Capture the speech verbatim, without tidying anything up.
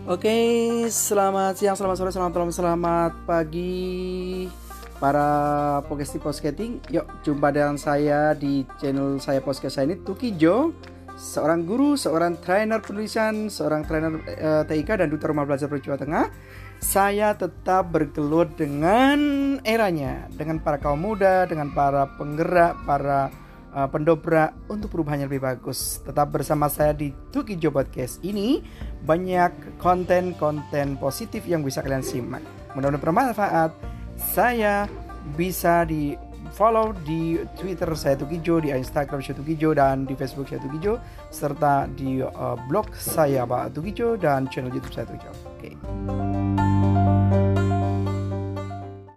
Oke, selamat siang, selamat sore, selamat malam, selamat pagi para podcasti posketing. Yuk, jumpa dengan saya di channel saya podcast saya ini, Tukijo, seorang guru, seorang trainer penulisan, seorang trainer eh, T I K dan duta rumah belajar Jawa Tengah. Saya tetap bergelut dengan eranya, dengan para kaum muda, dengan para penggerak, para uh, pendobrak untuk perubahan yang lebih bagus. Tetap bersama saya di Tukijo Podcast ini. Banyak konten-konten positif yang bisa kalian simak. Mudah-mudahan bermanfaat. Saya bisa di follow di Twitter saya Tukijo, di Instagram saya Tukijo, dan di Facebook saya Tukijo, serta di uh, blog saya Pak Tukijo dan channel YouTube saya Tukijo. Oke. Okay.